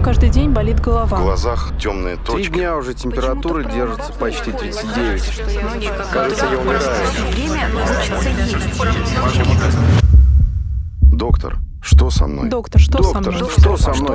каждый день болит голова. В глазах темные 3 точки. дня уже температура держится почти 39. Кажется, я умираю. Доктор, что со мной? Доктор, что со мной? Что со мной?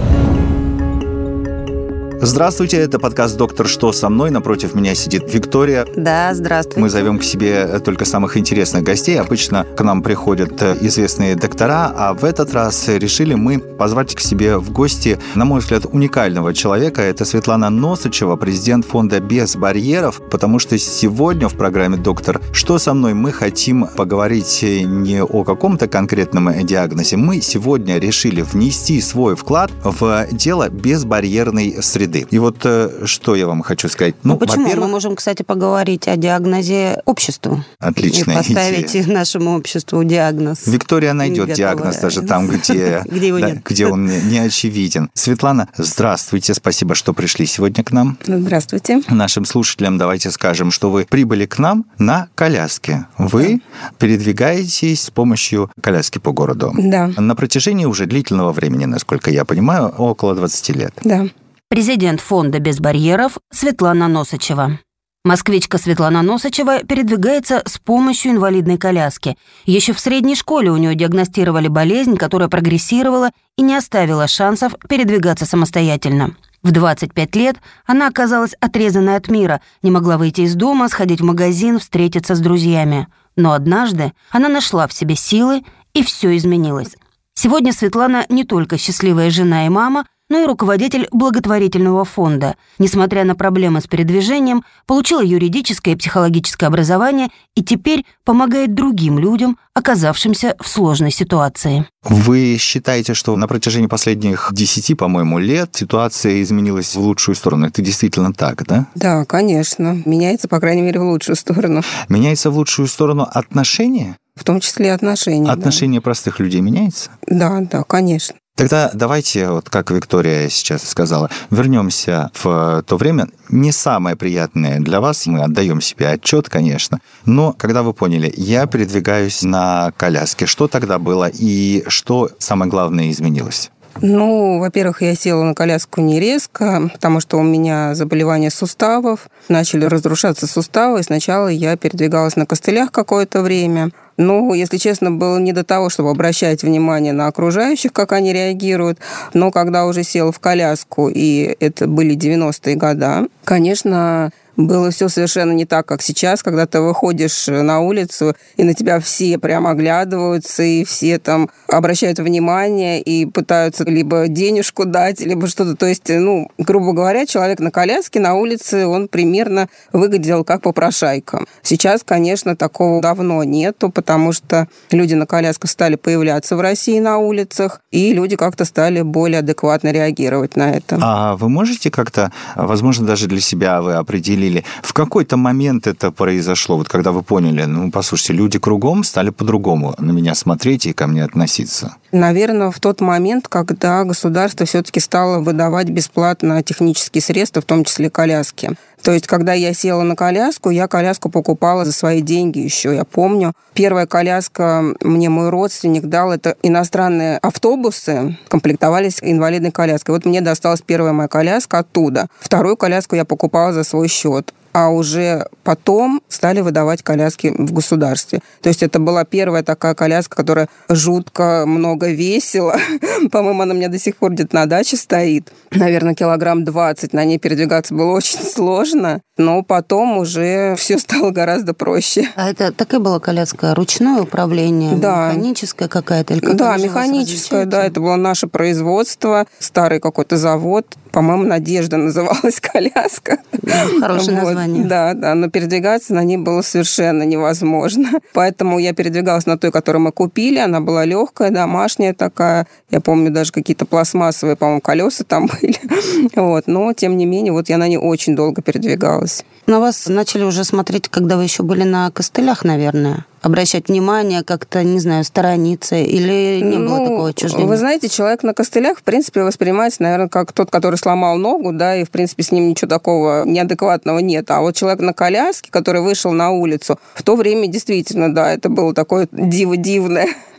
Здравствуйте, это подкаст «Доктор, что со мной?». Напротив меня сидит Виктория. Да, здравствуйте. Мы зовем к себе только самых интересных гостей. Обычно к нам приходят известные доктора, а в этот раз решили мы позвать к себе в гости, на мой взгляд, уникального человека. Это Светлана Носачева, президент фонда «Без барьеров», потому что сегодня в программе «Доктор, что со мной?» мы хотим поговорить не о каком-то конкретном диагнозе. Мы сегодня решили внести свой вклад в дело безбарьерной среды. И вот что я вам хочу сказать. Почему? Во-первых, Мы можем, кстати, поговорить о диагнозе обществу. Отличная и поставить идея. нашему обществу диагноз. Виктория найдет диагноз даже там, где он не очевиден. Светлана, здравствуйте, спасибо, что пришли сегодня к нам. Здравствуйте. Нашим слушателям давайте скажем, что вы прибыли к нам на коляске. Вы передвигаетесь с помощью коляски по городу. Да. На протяжении уже длительного времени, насколько я понимаю, около 20 лет. Да. Президент фонда «Без барьеров» Светлана Носачева. Москвичка Светлана Носачева передвигается с помощью инвалидной коляски. Еще в средней школе у нее диагностировали болезнь, которая прогрессировала и не оставила шансов передвигаться самостоятельно. В 25 лет она оказалась отрезанной от мира, не могла выйти из дома, сходить в магазин, встретиться с друзьями. Но однажды она нашла в себе силы, и все изменилось. Сегодня Светлана не только счастливая жена и мама, но и руководитель благотворительного фонда. Несмотря на проблемы с передвижением, получила юридическое и психологическое образование и теперь помогает другим людям, оказавшимся в сложной ситуации. Вы считаете, что на протяжении последних 10, по-моему, лет ситуация изменилась в лучшую сторону? Это действительно так, да? Да, конечно. Меняется, по крайней мере, в лучшую сторону. Меняется в лучшую сторону отношения? В том числе и отношения. Отношения простых людей меняется? Да, конечно. Тогда давайте, вот как Виктория сейчас сказала, вернемся в то время. Не самое приятное для вас, мы отдаем себе отчет, конечно, но когда вы поняли, я передвигаюсь на коляске, что тогда было и что самое главное изменилось? Во-первых, я села на коляску не резко, потому что у меня заболевание суставов, начали разрушаться суставы, и сначала я передвигалась на костылях какое-то время. Если честно, было не до того, чтобы обращать внимание на окружающих, как они реагируют, но когда уже села в коляску, и это были 90-е годы, конечно, было все совершенно не так, как сейчас, когда ты выходишь на улицу, и на тебя все прям оглядываются, и все там обращают внимание и пытаются либо денежку дать, либо что-то. То есть, грубо говоря, человек на коляске на улице, он примерно выглядел как попрошайка. Сейчас, конечно, такого давно нету, потому что люди на колясках стали появляться в России на улицах, и люди как-то стали более адекватно реагировать на это. А вы можете как-то, возможно, даже для себя вы определили, в какой-то момент это произошло, вот когда вы поняли, послушайте, люди кругом стали по-другому на меня смотреть и ко мне относиться? Наверное, в тот момент, когда государство все-таки стало выдавать бесплатно технические средства, в том числе коляски. То есть, когда я села на коляску, я коляску покупала за свои деньги еще, я помню. Первая коляска мне мой родственник дал, это иностранные автобусы, комплектовались инвалидной коляской. Вот мне досталась первая моя коляска оттуда. Вторую коляску я покупала за свой счет. А уже потом стали выдавать коляски в государстве. То есть это была первая такая коляска, которая жутко много весила. По-моему, она у меня до сих пор где-то на даче стоит. Наверное, 20 килограмм. На ней передвигаться было очень сложно. Но потом уже все стало гораздо проще. А это такая была коляска ручное управление? Да. Механическая какая-то? Или как да, механическая, да. Это было наше производство, старый какой-то завод. По-моему, «Надежда» называлась коляска. Хорошее название. Да, но передвигаться на ней было совершенно невозможно. Поэтому я передвигалась на той, которую мы купили. Она была легкая, домашняя такая. Я помню, даже какие-то пластмассовые, по-моему, колеса там были. Но, тем не менее, я на ней очень долго передвигалась. На вас начали уже смотреть, когда вы еще были на костылях, наверное? Обращать внимание, как-то, не знаю, сторониться, или не было такого отчуждения? Вы знаете, человек на костылях, в принципе, воспринимается, наверное, как тот, который сломал ногу, да, и, в принципе, с ним ничего такого неадекватного нет. А вот человек на коляске, который вышел на улицу, в то время действительно, да, это было такое диво дивное.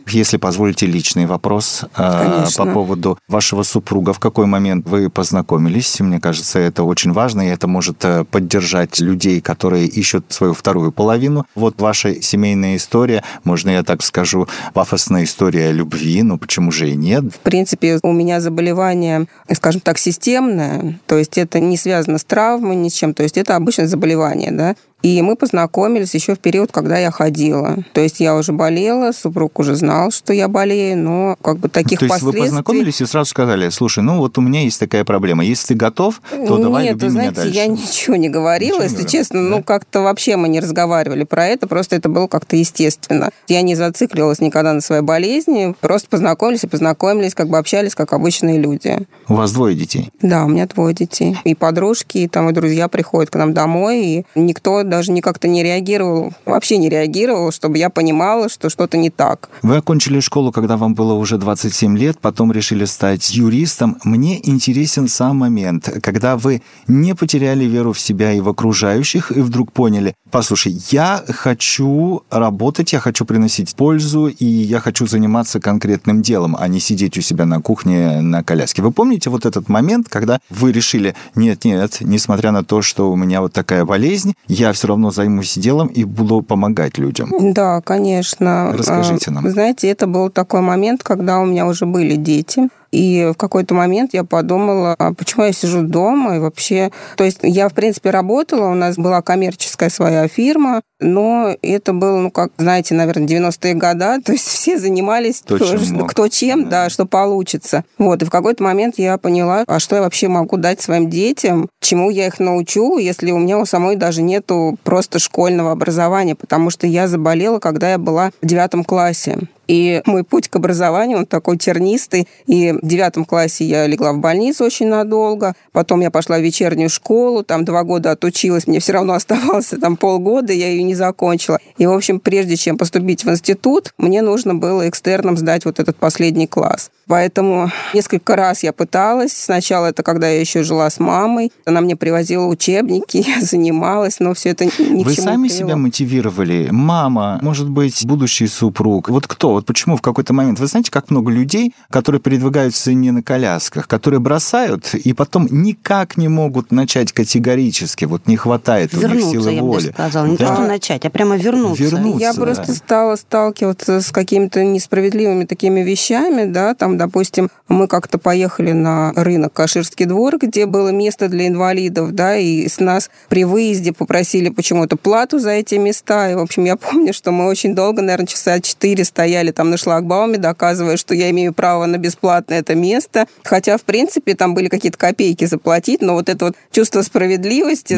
Если позволите, личный вопрос по поводу вашего супруга. В какой момент вы познакомились? Мне кажется, это очень важно, и это может поддержать людей, которые ищут свою вторую половину. Вот ваша семейная история, можно я так скажу, пафосная история любви, но почему же и нет? В принципе, у меня заболевание, скажем так, системное, то есть это не связано с травмой, ни с чем, то есть это обычное заболевание, да. И мы познакомились еще в период, когда я ходила. То есть я уже болела, супруг уже знал, что я болею, но как бы таких последствий... То есть вы познакомились и сразу сказали: слушай, ну вот у меня есть такая проблема, если ты готов, то давай люби меня дальше. Нет, я ничего не говорила, если честно. Да? Ну, как-то вообще мы не разговаривали про это, просто это было как-то естественно. Я не зацикливалась никогда на своей болезни, просто познакомились, как бы общались, как обычные люди. У вас 2 детей? Да, у меня 2 детей. И подружки, и друзья приходят к нам домой, и никто даже как-то не реагировал, вообще не реагировал, чтобы я понимала, что что-то не так. Вы окончили школу, когда вам было уже 27 лет, потом решили стать юристом. Мне интересен сам момент, когда вы не потеряли веру в себя и в окружающих, и вдруг поняли: послушай, я хочу работать, я хочу приносить пользу, и я хочу заниматься конкретным делом, а не сидеть у себя на кухне на коляске. Вы помните вот этот момент, когда вы решили: нет, несмотря на то, что у меня вот такая болезнь, я все равно займусь делом и буду помогать людям? Да, конечно. Расскажите нам. Вы знаете, это был такой момент, когда у меня уже были дети. И в какой-то момент я подумала, а почему я сижу дома и вообще... То есть я, в принципе, работала, у нас была коммерческая своя фирма, но это было, знаете, наверное, 90-е годы, то есть все занимались кто чем, да, что получится. Вот, и в какой-то момент я поняла, а что я вообще могу дать своим детям, чему я их научу, если у меня у самой даже нету просто школьного образования, потому что я заболела, когда я была в 9 классе. И мой путь к образованию, он такой тернистый. И в 9 классе я легла в больницу очень надолго. Потом я пошла в вечернюю школу, там 2 года отучилась. Мне все равно оставалось там полгода, я ее не закончила. И, в общем, прежде чем поступить в институт, мне нужно было экстерном сдать вот этот последний класс. Поэтому несколько раз я пыталась. Сначала это когда я еще жила с мамой. Она мне привозила учебники, я занималась, но все это ни к чему не привело. Вы сами себя мотивировали? Мама, может быть, будущий супруг? Вот кто? Вот почему в какой-то момент... Вы знаете, как много людей, которые передвигаются не на колясках, которые бросают и потом никак не могут начать категорически. Вот не хватает у них силы воли. Я бы даже сказала. Не то, что начать, а прямо вернуться. Я просто стала сталкиваться с какими-то несправедливыми такими вещами, да, там, допустим, мы как-то поехали на рынок Каширский двор, где было место для инвалидов, да, и с нас при выезде попросили почему-то плату за эти места. И, в общем, я помню, что мы очень долго, наверное, часа 4 стояли там на шлагбауме, доказывая, что я имею право на бесплатное это место. Хотя, в принципе, там были какие-то копейки заплатить, но вот это вот чувство справедливости,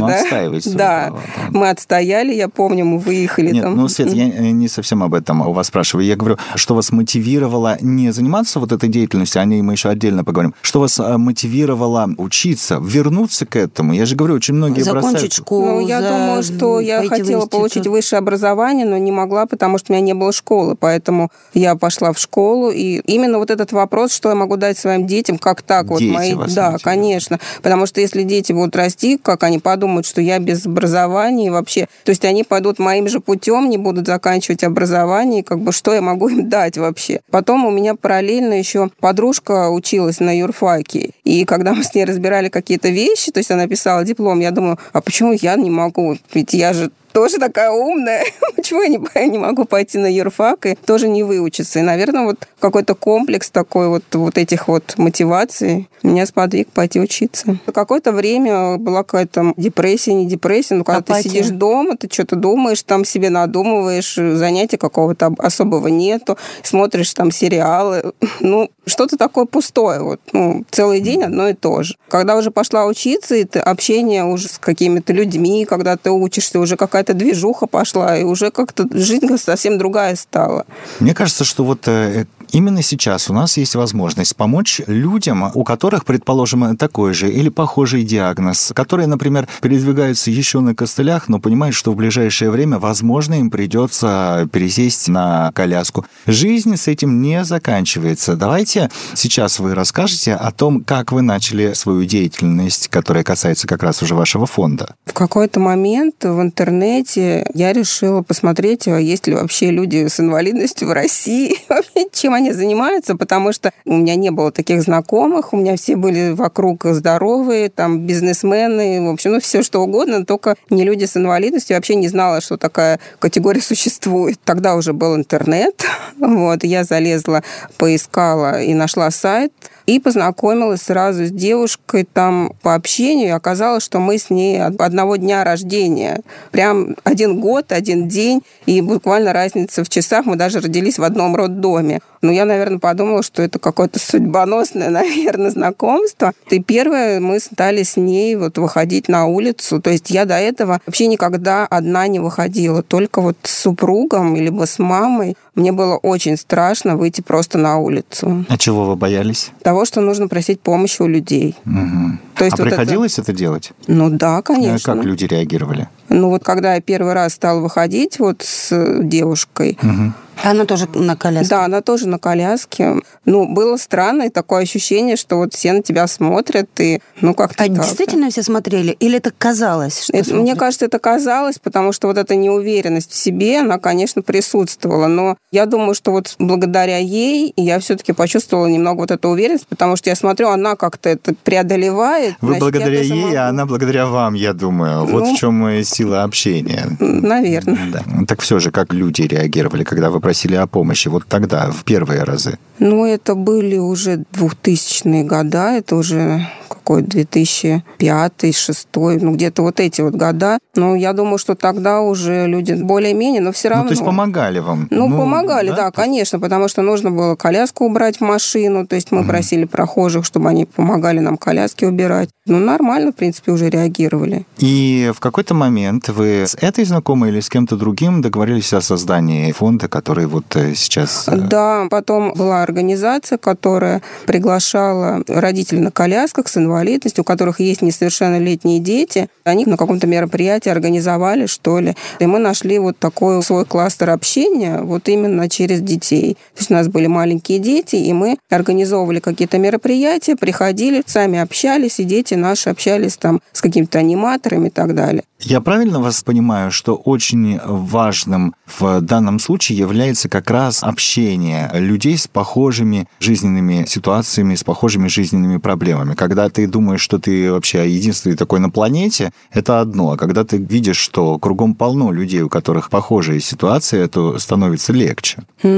да, мы отстояли, я помню, мы выехали. Нет, там. Свет, я не совсем об этом у вас спрашиваю. Я говорю, что вас мотивировало не заниматься вот этой деятельностью, о ней мы еще отдельно поговорим. Что вас мотивировало учиться, вернуться к этому? Я же говорю, очень многие бросают. Закончить школу. Я думаю, что я хотела получить высшее образование, но не могла, потому что у меня не было школы, поэтому я пошла в школу, и именно вот этот вопрос, что я могу дать своим детям, как так вот мои... Да, конечно, потому что если дети будут расти, как они подумают, что я без образования и вообще, то есть они пойдут моим же путем, не будут заканчивать образование, как бы что я могу им дать вообще. Потом у меня параллельно еще подружка училась на юрфаке, и когда мы с ней разбирали какие-то вещи, то есть она писала диплом, я думаю, а почему я не могу? Ведь я же тоже такая умная. Почему я не могу пойти на юрфак и тоже не выучиться? И, наверное, вот какой-то комплекс такой вот этих вот мотиваций меня сподвиг пойти учиться. Какое-то время была какая-то депрессия, не депрессия, но когда ты сидишь дома, ты что-то думаешь, там себе надумываешь, занятия какого-то особого нету, смотришь там сериалы, что-то такое пустое, вот, целый день одно и то же. Когда уже пошла учиться, и общение уже с какими-то людьми, когда ты учишься, уже какая-то движуха пошла, и уже как-то жизнь совсем другая стала. Мне кажется, что вот Именно сейчас у нас есть возможность помочь людям, у которых, предположим, такой же или похожий диагноз, которые, например, передвигаются еще на костылях, но понимают, что в ближайшее время, возможно, им придется пересесть на коляску. Жизнь с этим не заканчивается. Давайте сейчас вы расскажете о том, как вы начали свою деятельность, которая касается как раз уже вашего фонда. В какой-то момент в интернете я решила посмотреть, есть ли вообще люди с инвалидностью в России, вообще чем они занимаются, потому что у меня не было таких знакомых, у меня все были вокруг здоровые, там, бизнесмены, в общем, все что угодно, только не люди с инвалидностью. Я вообще не знала, что такая категория существует. Тогда уже был интернет, вот, я залезла, поискала и нашла сайт, и познакомилась сразу с девушкой там по общению, и оказалось, что мы с ней одного дня рождения. Прям 1 год, 1 день, и буквально разница в часах, мы даже родились в одном роддоме. Но я, наверное, подумала, что это какое-то судьбоносное, наверное, знакомство. И первое, мы стали с ней вот выходить на улицу. То есть я до этого вообще никогда одна не выходила, только вот с супругом, либо с мамой. Мне было очень страшно выйти просто на улицу. А чего вы боялись? Того, что нужно просить помощи у людей. Угу. То есть приходилось это делать? Ну да, конечно. Как люди реагировали? Ну вот когда я первый раз стала выходить вот с девушкой... Угу. Она тоже на коляске? Да, она тоже на коляске. Ну, было странно, и такое ощущение, что вот все на тебя смотрят, и как-то так. Действительно все смотрели? Или это казалось? Что Мне кажется, это казалось, потому что вот эта неуверенность в себе, она, конечно, присутствовала. Но я думаю, что вот благодаря ей я все-таки почувствовала немного вот эту уверенность, потому что я смотрю, она как-то это преодолевает. Вы благодаря ей, а она благодаря вам, я думаю. Вот в чем сила общения. Наверное. Да. Так все же, как люди реагировали, когда вы просили о помощи вот тогда, в первые разы? Ну, это были уже 2000-е года, это уже какой 2005-2006, где-то вот эти вот года. Но я думаю, что тогда уже люди более-менее, но все равно... то есть помогали вам? Помогали, да, конечно, потому что нужно было коляску убрать в машину, то есть мы просили прохожих, чтобы они помогали нам коляски убирать. Нормально, в принципе, уже реагировали. И в какой-то момент вы с этой знакомой или с кем-то другим договорились о создании фонда, который вот сейчас... Да, потом была организация, которая приглашала родителей на колясках с инвалидностью, у которых есть несовершеннолетние дети. Они на каком-то мероприятии организовали, что ли. И мы нашли вот такой свой кластер общения вот именно через детей. То есть у нас были маленькие дети, и мы организовывали какие-то мероприятия, приходили, сами общались, и дети наши общались там с какими-то аниматорами и так далее. Я правильно вас понимаю, что очень важным в данном случае является как раз общение людей с похожими жизненными ситуациями, с похожими жизненными проблемами. Когда ты думаешь, что ты вообще единственный такой на планете, это одно. А когда ты видишь, что кругом полно людей, у которых похожие ситуации, то становится легче.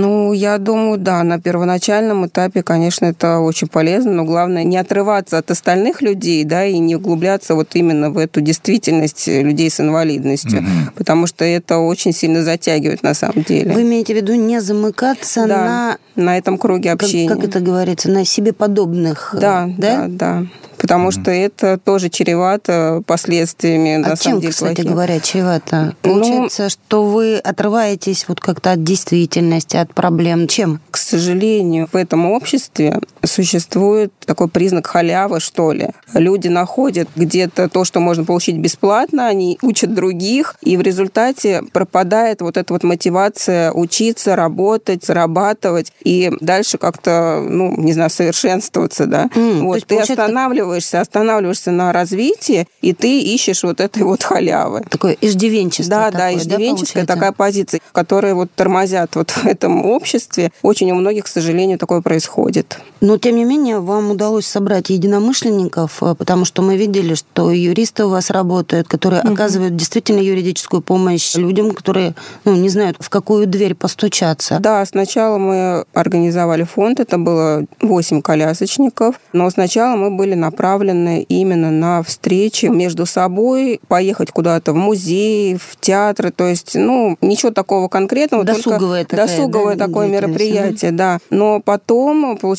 Я думаю, да, на первоначальном этапе, конечно, это очень полезно, но главное не отрываться от остальных людей, да, и не углубляться вот именно в эту действительность людей с инвалидностью, потому что это очень сильно затягивает на самом деле. Вы имеете в виду не замыкаться на этом круге общения. Как это говорится, на себе подобных? Да. Потому что это тоже чревато последствиями, на самом деле. Кстати говоря, чревато? Получается, что вы отрываетесь вот как-то от действительности, от проблем. Чем? К сожалению, в этом обществе существует такой признак халявы, что ли. Люди находят где-то то, что можно получить бесплатно, они учат других, и в результате пропадает вот эта вот мотивация учиться, работать, зарабатывать, и дальше как-то, совершенствоваться, да. Вот ты останавливаешься на развитии, и ты ищешь вот этой вот халявы. Такое иждивенчество. Да, иждивенческая такая позиция, которая вот тормозят вот в этом обществе. Очень у многих, к сожалению, такое происходит. Но, тем не менее, вам удалось собрать единомышленников, потому что мы видели, что юристы у вас работают, которые оказывают действительно юридическую помощь людям, которые не знают, в какую дверь постучаться. Да, сначала мы организовали фонд, это было 8 колясочников, но сначала мы были направлены именно на встречи между собой, поехать куда-то в музей, в театры, то есть, ничего такого конкретного. Досуговое такое мероприятие, да. Но потом получилось так,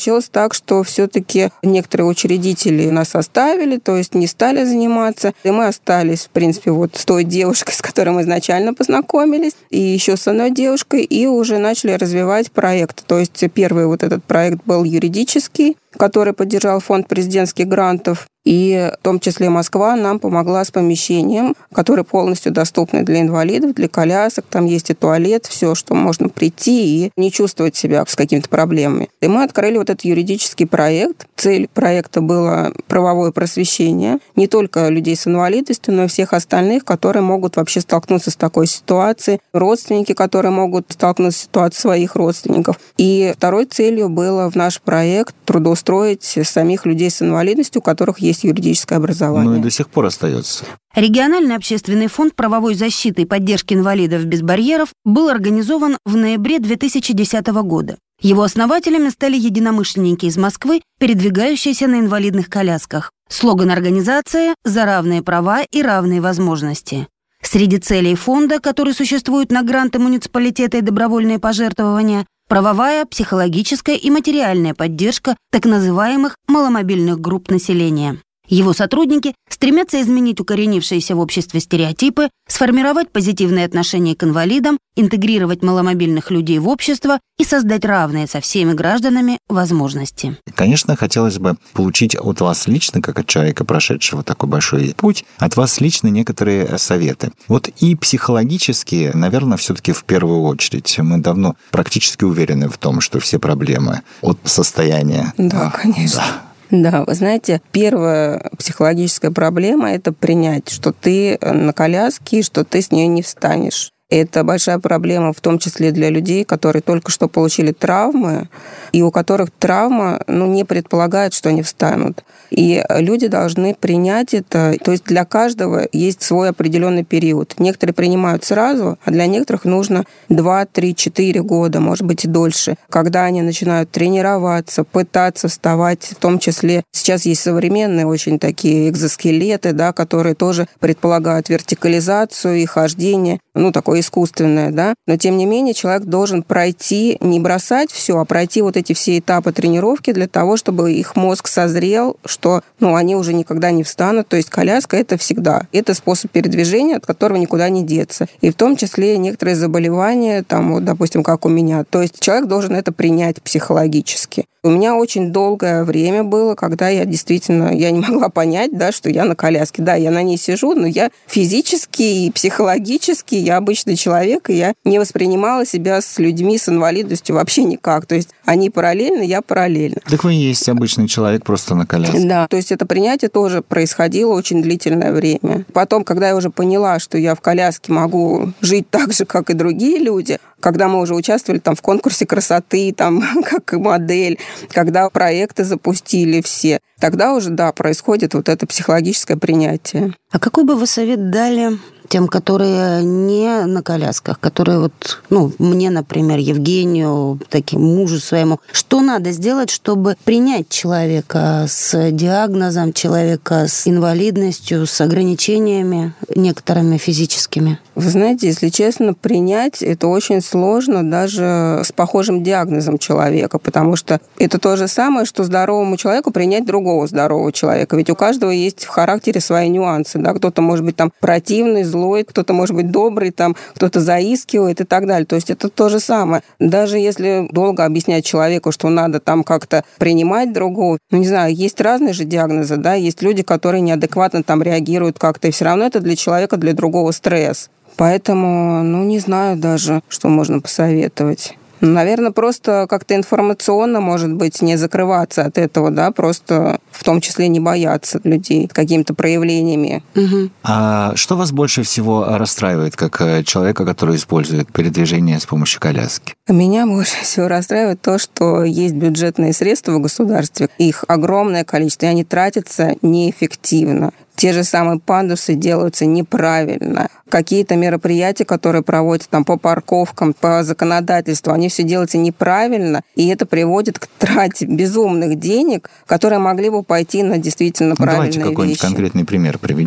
так, что все-таки некоторые учредители нас оставили, то есть не стали заниматься. И мы остались, в принципе, вот с той девушкой, с которой мы изначально познакомились, и еще с одной девушкой, и уже начали развивать проект. То есть первый вот этот проект был юридический, который поддержал фонд президентских грантов. И в том числе Москва нам помогла с помещением, которое полностью доступно для инвалидов, для колясок. Там есть и туалет, все, что можно прийти и не чувствовать себя с какими-то проблемами. И мы открыли вот этот юридический проект. Цель проекта была правовое просвещение не только людей с инвалидностью, но и всех остальных, которые могут вообще столкнуться с такой ситуацией, родственники, которые могут столкнуться с ситуацией своих родственников. И второй целью было в наш проект трудоустроить самих людей с инвалидностью, у которых есть юридическое образование. Ну и до сих пор остается. Региональный общественный фонд правовой защиты и поддержки инвалидов без барьеров был организован в ноябре 2010 года. Его основателями стали единомышленники из Москвы, передвигающиеся на инвалидных колясках. Слоган организации «За равные права и равные возможности». Среди целей фонда, который существует на гранты муниципалитета и добровольные пожертвования, правовая, психологическая и материальная поддержка так называемых маломобильных групп населения. Его сотрудники стремятся изменить укоренившиеся в обществе стереотипы, сформировать позитивное отношение к инвалидам, интегрировать маломобильных людей в общество и создать равные со всеми гражданами возможности. Конечно, хотелось бы получить от вас лично, как от человека, прошедшего такой большой путь, от вас лично некоторые советы. Вот и психологические, наверное, все-таки в первую очередь. Мы давно практически уверены в том, что все проблемы от состояния... Да, конечно. Да. Да, вы знаете, первая психологическая проблема – это принять, что ты на коляске, и что ты с нее не встанешь. Это большая проблема в том числе для людей, которые только что получили травмы, и у которых травма не предполагает, что они встанут. И люди должны принять это. То есть для каждого есть свой определенный период. Некоторые принимают сразу, а для некоторых нужно 2, 3, 4 года, может быть, и дольше, когда они начинают тренироваться, пытаться вставать. В том числе сейчас есть современные очень такие экзоскелеты, да, которые тоже предполагают вертикализацию и хождение, такое искусственное, да. Но, тем не менее, человек должен пройти, не бросать все, а пройти вот эти все этапы тренировки для того, чтобы их мозг созрел, что они уже никогда не встанут. То есть коляска – это всегда. Это способ передвижения, от которого никуда не деться. И в том числе некоторые заболевания, допустим, как у меня. То есть человек должен это принять психологически. У меня очень долгое время было, когда я не могла понять, да, что я на коляске. Да, я на ней сижу, но я физически и психологически, я обычный человек, и я не воспринимала себя с людьми с инвалидностью вообще никак. То есть они параллельно, я параллельно. Так вы и есть обычный человек, просто на коляске. Да, то есть это принятие тоже происходило очень длительное время. Потом, когда я уже поняла, что я в коляске могу жить так же, как и другие люди, когда мы уже участвовали в конкурсе красоты, как модель, когда проекты запустили все, тогда уже, да, происходит вот это психологическое принятие. А какой бы вы совет дали тем, которые не на колясках, которые мне, например, Евгению, мужу своему, что надо сделать, чтобы принять человека с диагнозом, человека с инвалидностью, с ограничениями некоторыми физическими? Вы знаете, если честно, принять это очень сложно даже с похожим диагнозом человека, потому что это то же самое, что здоровому человеку принять другого здорового человека. Ведь у каждого есть в характере свои нюансы. Да? Кто-то может быть противный, злой, кто-то может быть добрый, кто-то заискивает и так далее. То есть это то же самое. Даже если долго объяснять человеку, что надо как-то принимать другого, есть разные же диагнозы, да, есть люди, которые неадекватно реагируют как-то, и все равно это для человека, для другого стресс. Поэтому, не знаю даже, что можно посоветовать. Наверное, просто как-то информационно, может быть, не закрываться от этого, да, просто в том числе не бояться людей какими-то проявлениями. Угу. А что вас больше всего расстраивает, как человека, который использует передвижение с помощью коляски? Меня больше всего расстраивает то, что есть бюджетные средства в государстве, их огромное количество, и они тратятся неэффективно. Те же самые пандусы делаются неправильно. Какие-то мероприятия, которые проводят по парковкам, по законодательству, они все делаются неправильно, и это приводит к трате безумных денег, которые могли бы пойти на действительно правильные вещи. Давайте какой-нибудь конкретный пример приведем.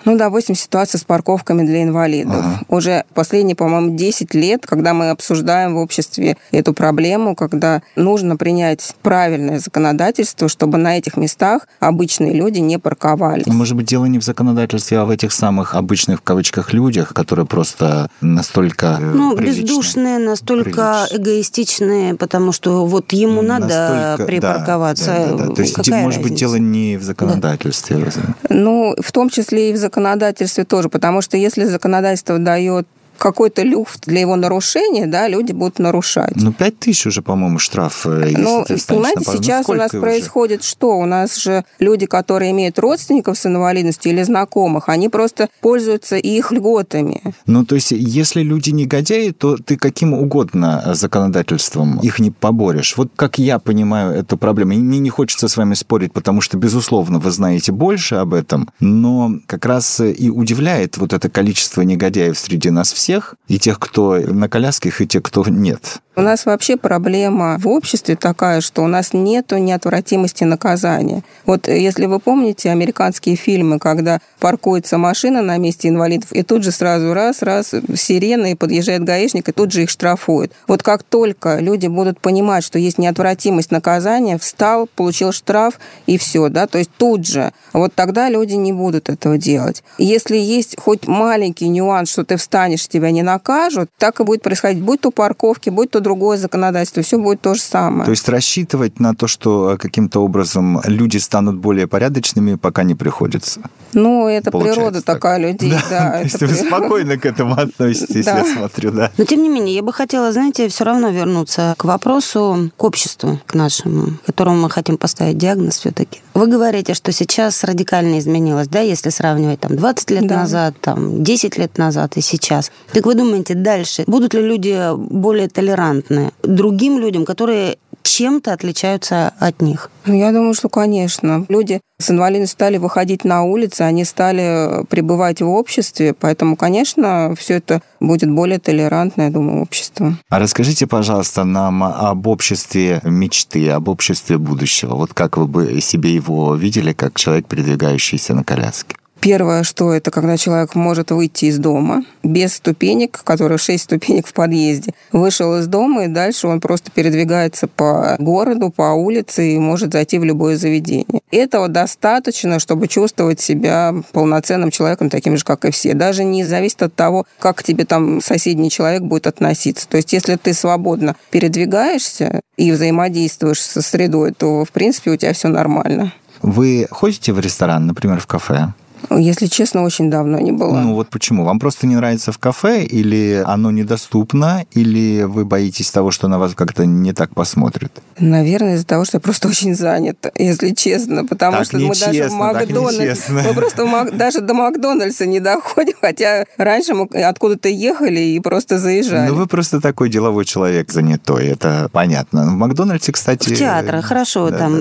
Ну, допустим, ситуация с парковками для инвалидов. Уже последние, по-моему, 10 лет, когда мы обсуждаем в обществе эту проблему, когда нужно принять правильное законодательство, чтобы на этих местах обычные люди не парковались. Может быть, дело не в законодательстве, а в этих самых обычных, в кавычках, людях, которые просто настолько бездушные, настолько эгоистичные, потому что вот ему надо припарковаться. Да. То есть, может быть, дело не в законодательстве. Ну, в том числе и в законодательстве тоже, потому что если законодательство дает какой-то люфт для его нарушения, да, люди будут нарушать. 5000 уже, по-моему, штраф. Понимаете, сейчас у нас происходит что? У нас же люди, которые имеют родственников с инвалидностью или знакомых, они просто пользуются их льготами. То есть, если люди негодяи, то ты каким угодно законодательством их не поборешь. Вот как я понимаю эту проблему. И мне не хочется с вами спорить, потому что, безусловно, вы знаете больше об этом, но как раз и удивляет вот это количество негодяев среди нас всех, и тех, кто на колясках, и тех, кто нет. У нас вообще проблема в обществе такая, что у нас нету неотвратимости наказания. Вот если вы помните американские фильмы, когда паркуется машина на месте инвалидов, и тут же сразу раз, сирена, и подъезжает гаишник, и тут же их штрафуют. Вот как только люди будут понимать, что есть неотвратимость наказания, встал, получил штраф, и все, да, то есть тут же. Вот тогда люди не будут этого делать. Если есть хоть маленький нюанс, что ты встанешь, тебя не накажут, так и будет происходить. Будь то парковки, будь то другое законодательство, все будет то же самое. То есть рассчитывать на то, что каким-то образом люди станут более порядочными, пока не приходится. Это природа такая людей, да. То есть вы спокойно к этому относитесь, я смотрю, да. Но, тем не менее, я бы хотела, знаете, все равно вернуться к вопросу, к обществу, к нашему, которому мы хотим поставить диагноз все-таки. Вы говорите, что сейчас радикально изменилось, да, если сравнивать 20 лет назад, 10 лет назад и сейчас. Так вы думаете, дальше будут ли люди более толерантны другим людям, которые чем-то отличаются от них? Я думаю, что, конечно. Люди с инвалидностью стали выходить на улицы, они стали пребывать в обществе, поэтому, конечно, все это будет более толерантное, я думаю, общество. А расскажите, пожалуйста, нам об обществе мечты, об обществе будущего. Вот как вы бы себе его видели, как человек, передвигающийся на коляске? Первое, что это, когда человек может выйти из дома без ступенек, которые 6 ступенек в подъезде. Вышел из дома, и дальше он просто передвигается по городу, по улице и может зайти в любое заведение. Этого достаточно, чтобы чувствовать себя полноценным человеком, таким же, как и все. Даже не зависит от того, как к тебе там соседний человек будет относиться. То есть, если ты свободно передвигаешься и взаимодействуешь со средой, то, в принципе, у тебя все нормально. Вы ходите в ресторан, например, в кафе? Если честно, очень давно не была. Вот почему? Вам просто не нравится в кафе, или оно недоступно, или вы боитесь того, что на вас как-то не так посмотрят? Наверное, из-за того, что я просто очень занята, если честно. Потому что мы даже в Макдональдсе... Мы просто даже до Макдональдса не доходим, хотя раньше мы откуда-то ехали и просто заезжали. Вы просто такой деловой человек занятой, это понятно. В Макдональдсе, кстати... В театр, хорошо,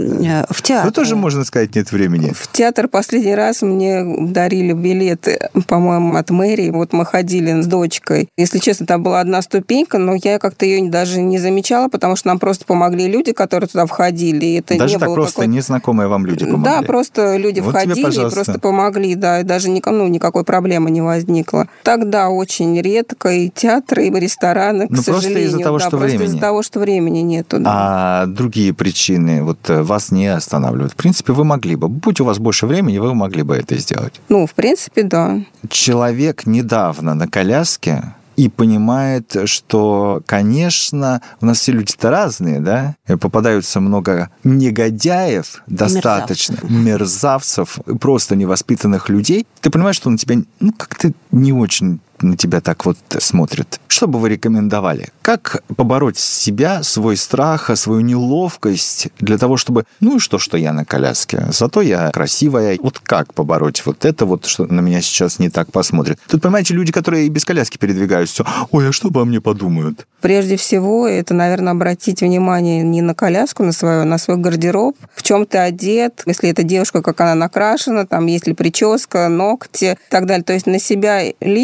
в театр. Тоже, можно сказать, нет времени. В театр последний раз мне дарили билеты, по-моему, от мэрии. Вот мы ходили с дочкой. Если честно, там была одна ступенька, но я как-то ее даже не замечала, потому что нам просто помогли люди, которые туда входили. И это даже не так было просто незнакомые вам люди помогли? Да, просто люди вот входили и просто помогли, да, и даже никакой проблемы не возникло. Тогда очень редко и театры, и рестораны, к сожалению. Просто из-за того, что времени. Из-за того, что времени нету. Да. А другие причины вас не останавливают? В принципе, вы могли бы. Будь у вас больше времени, вы могли бы это сделать. В принципе, да. Человек недавно на коляске и понимает, что, конечно, у нас все люди-то разные, да? И попадаются много негодяев, достаточно, мерзавцев, просто невоспитанных людей. Ты понимаешь, что на тебя, как-то не очень на тебя так смотрят. Что бы вы рекомендовали? Как побороть себя, свой страх, свою неловкость для того, чтобы... что я на коляске? Зато я красивая. Как побороть это, что на меня сейчас не так посмотрят? Тут, понимаете, люди, которые и без коляски передвигаются. Ой, а что обо мне подумают? Прежде всего, это, наверное, обратить внимание не на коляску, на свой гардероб, в чем ты одет, если это девушка, как она накрашена, там есть ли прическа, ногти и так далее. То есть на себя лично,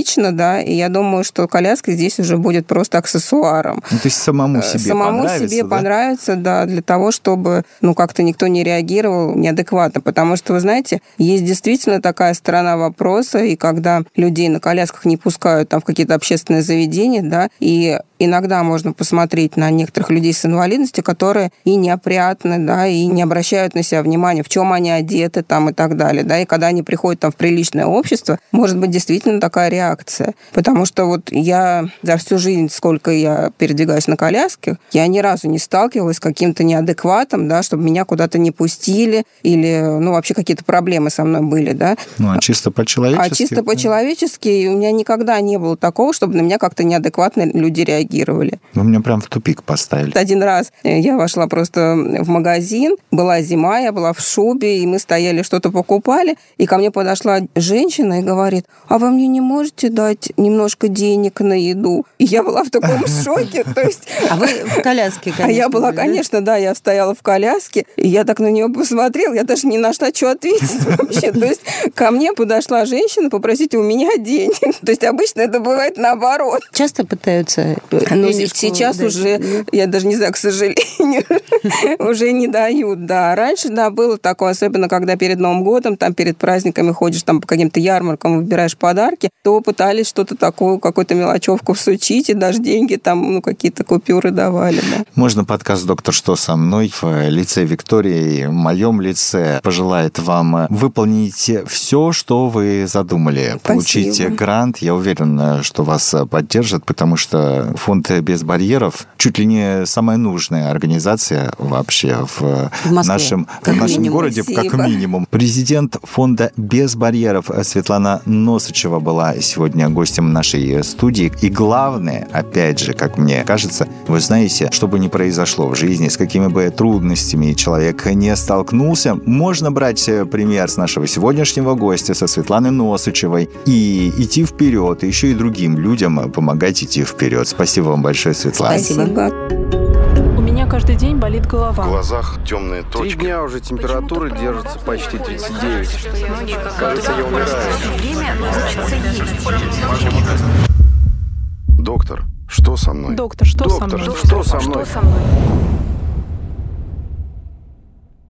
да, и я думаю, что коляска здесь уже будет просто аксессуаром. То есть самому себе понравится, да, для того, чтобы, как-то никто не реагировал неадекватно, потому что, вы знаете, есть действительно такая сторона вопроса, и когда людей на колясках не пускают там в какие-то общественные заведения, да, и иногда можно посмотреть на некоторых людей с инвалидностью, которые и неопрятны, да, и не обращают на себя внимания, в чем они одеты там и так далее, да, и когда они приходят там в приличное общество, может быть действительно такая реакция. Потому что вот я за всю жизнь, сколько я передвигаюсь на коляске, я ни разу не сталкивалась с каким-то неадекватом, да, чтобы меня куда-то не пустили или, вообще какие-то проблемы со мной были, да. А чисто по-человечески? А чисто по-человечески у меня никогда не было такого, чтобы на меня как-то неадекватно люди реагировали. Вы меня прям в тупик поставили. Один раз я вошла просто в магазин, была зима, я была в шубе, и мы стояли, что-то покупали, и ко мне подошла женщина и говорит: а вы мне не можете дать немножко денег на еду? И я была в таком шоке. А вы в коляске, конечно. А я была, конечно, да, я стояла в коляске, и я так на нее посмотрела, я даже не нашла, что ответить вообще. То есть ко мне подошла женщина попросить у меня денег. То есть обычно это бывает наоборот. Часто пытаются... Сейчас уже, я даже не знаю, к сожалению, уже не дают, да. Раньше, да, было такое, особенно когда перед Новым годом, там перед праздниками ходишь там по каким-то ярмаркам, выбираешь подарки, то пытались что-то такое, какую-то мелочевку всучить, и даже деньги там, какие-то купюры давали, да. Можно подкаст «Доктор, что со мной» в лице Виктории, в моем лице, пожелает вам выполнить все, что вы задумали. Спасибо. Получите грант. Я уверен, что вас поддержат, потому что фонд «Без барьеров» чуть ли не самая нужная организация вообще в нашем городе, Спасибо. как минимум. Президент фонда «Без барьеров» Светлана Носачева была сегодня гостем нашей студии. И главное, опять же, как мне кажется, вы знаете, что бы ни произошло в жизни, с какими бы трудностями человек не столкнулся, можно брать пример с нашего сегодняшнего гостя, со Светланы Носачевой, и идти вперед, и еще и другим людям помогать идти вперед. Спасибо вам большое, Светлана. Спасибо. У меня каждый день болит голова. В глазах темные 3 точки. дня уже температура держится почти 39. Кажется, я умираю. Доктор, что со мной? Доктор, что со мной? Доктор, что со мной?